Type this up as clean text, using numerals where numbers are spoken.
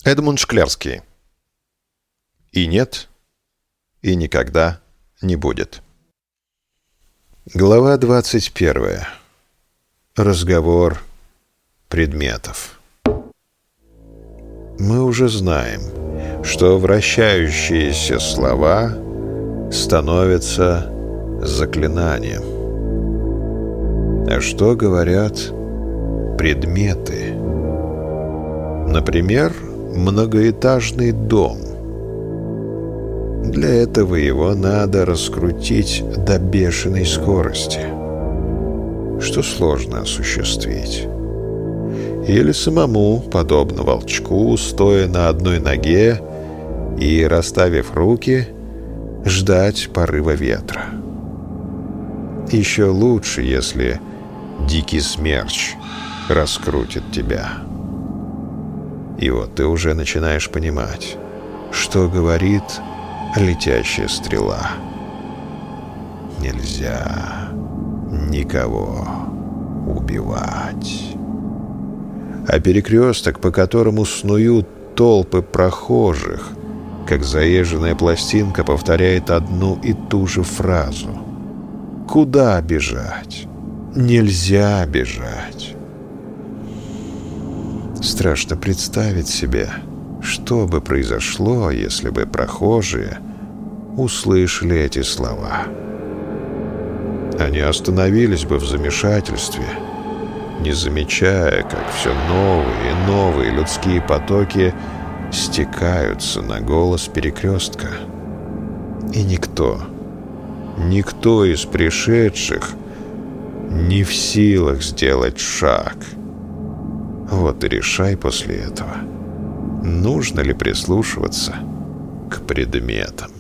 Эдмунд Шклярский. И нет, и никогда не будет. Глава 21. Разговор предметов. Мы уже знаем, что вращающиеся слова становятся заклинанием. А что говорят предметы? Например, многоэтажный дом. Для этого его надо раскрутить до бешеной скорости, что сложно осуществить. Или самому, подобно волчку, стоя на одной ноге и, расставив руки, ждать порыва ветра. Еще лучше, если дикий смерч раскрутит тебя. И вот ты уже начинаешь понимать, что говорит летящая стрела. Нельзя никого убивать. А перекресток, по которому снуют толпы прохожих, как заезженная пластинка, повторяет одну и ту же фразу. Куда бежать? Нельзя бежать. Страшно представить себе, что бы произошло, если бы прохожие услышали эти слова. Они остановились бы в замешательстве, не замечая, как все новые и новые людские потоки стекаются на голос перекрестка. И никто из пришедших не в силах сделать шаг. Вот и решай после этого, нужно ли прислушиваться к предметам.